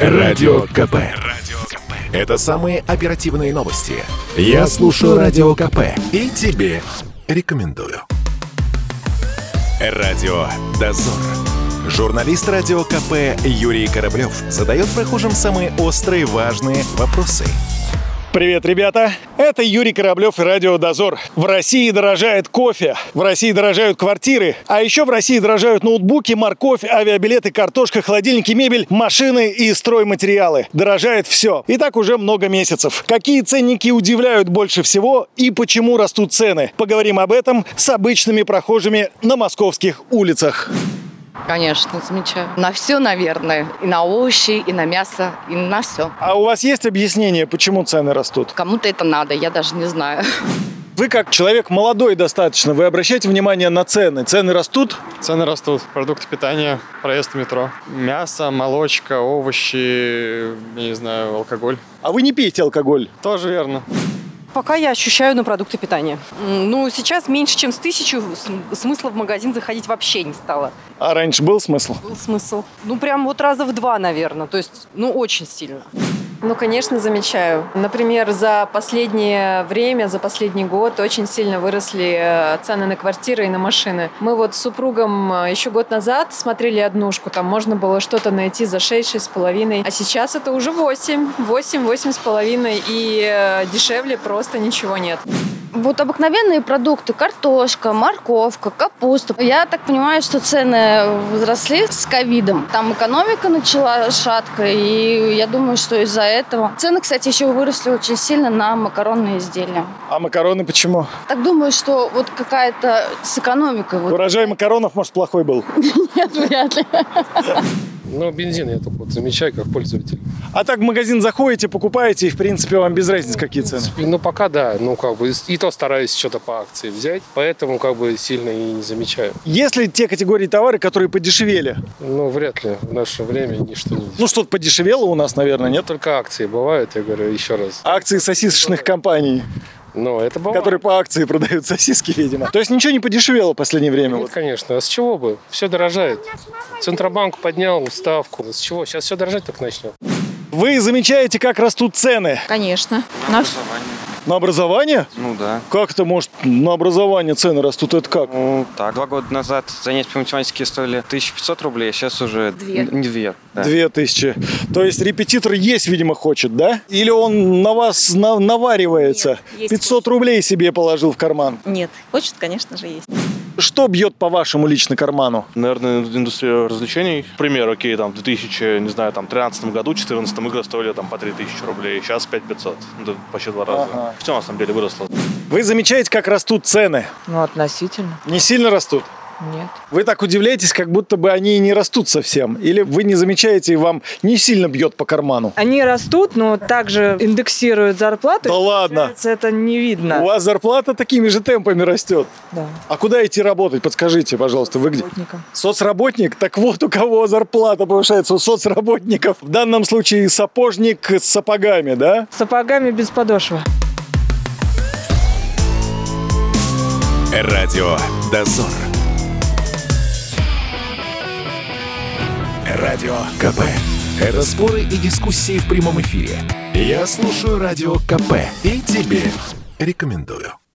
Радио КП. Это самые оперативные новости. Я слушаю Радио КП и тебе рекомендую. Радио «Дозор». Журналист Радио КП Юрий Кораблев задает прохожим самые острые важные вопросы. Привет, ребята! Это Юрий Кораблев и Радио «Дозор». В России дорожает кофе, в России дорожают квартиры, а еще в России дорожают ноутбуки, морковь, авиабилеты, картошка, холодильники, мебель, машины и стройматериалы. Дорожает все. И так уже много месяцев. Какие ценники удивляют больше всего и почему растут цены? Поговорим об этом с обычными прохожими на московских улицах. Конечно, замечаю. На все, наверное. И на овощи, и на мясо, и на все. А у вас есть объяснение, почему цены растут? Кому-то это надо, я даже не знаю. Вы как человек молодой достаточно, вы обращаете внимание на цены? Цены растут? Цены растут. Продукты питания, проезд в метро. Мясо, молочка, овощи, я не знаю, алкоголь. А вы не пьете алкоголь? Тоже верно. Пока я ощущаю на продукты питания. Сейчас меньше, чем с 1000 смысла в магазин заходить вообще не стало. А раньше был смысл? Был смысл. Прям раза в 2, наверное. То есть, очень сильно. Конечно, замечаю. Например, за последнее время, за последний год очень сильно выросли цены на квартиры и на машины. Мы с супругом еще год назад смотрели однушку, там можно было что-то найти за 6-6,5, а сейчас это уже 8-8,5, и дешевле просто ничего нет. Обыкновенные продукты, картошка, морковка, капуста. Я так понимаю, что цены возросли с ковидом. Там экономика начала шатко, и я думаю, что из-за этого. Цены, кстати, еще выросли очень сильно на макаронные изделия. А макароны почему? Так думаю, что какая-то с экономикой. Урожай макаронов, может, плохой был? Нет, вряд ли. Бензин я только замечаю как пользователь. А так в магазин заходите, покупаете, и в принципе вам без разницы, какие цены? Пока да, и то стараюсь что-то по акции взять, поэтому сильно и не замечаю. Есть ли те категории товары, которые подешевели? Вряд ли. В наше время ничто не дешевле. Что-то подешевело у нас, наверное, нет? Только акции бывают, я говорю еще раз. Акции сосисочных компаний. Это бывает. Которые по акции продают сосиски, видимо. То есть ничего не подешевело в последнее время? Нет, конечно. А с чего бы? Все дорожает. Центробанк поднял ставку. С чего? Сейчас все дорожать только начнет. Вы замечаете, как растут цены? Конечно. На образование? Да. Как это может на образование цены растут? Это как? 2 года назад занятия по математике стоили 1500 рублей, а сейчас уже 2. Да. 2000. То есть репетитор есть, видимо, хочет, да? Или он на вас наваривается? Нет, 500 рублей себе положил в карман? Нет, хочет, конечно же, есть. Что бьет по вашему лично карману? Наверное, индустрия развлечений. Пример, в 2013 году, 2014 игры стоили по 3000 рублей, сейчас 5500. Это почти 2 раза. Ага. Все на самом деле выросло. Вы замечаете, как растут цены? Относительно. Не сильно растут? Нет. Вы так удивляетесь, как будто бы они и не растут совсем? Или вы не замечаете, и вам не сильно бьет по карману? Они растут, но также индексируют зарплату. Да ладно? Это не видно. У вас зарплата такими же темпами растет? Да. А куда идти работать? Подскажите, пожалуйста, вы где? Соцработник? Так вот, у кого зарплата повышается, у соцработников. В данном случае сапожник с сапогами, да? С сапогами без подошвы. Радио «Дозор». Радио КП. Это споры и дискуссии в прямом эфире. Я слушаю Радио КП и тебе рекомендую.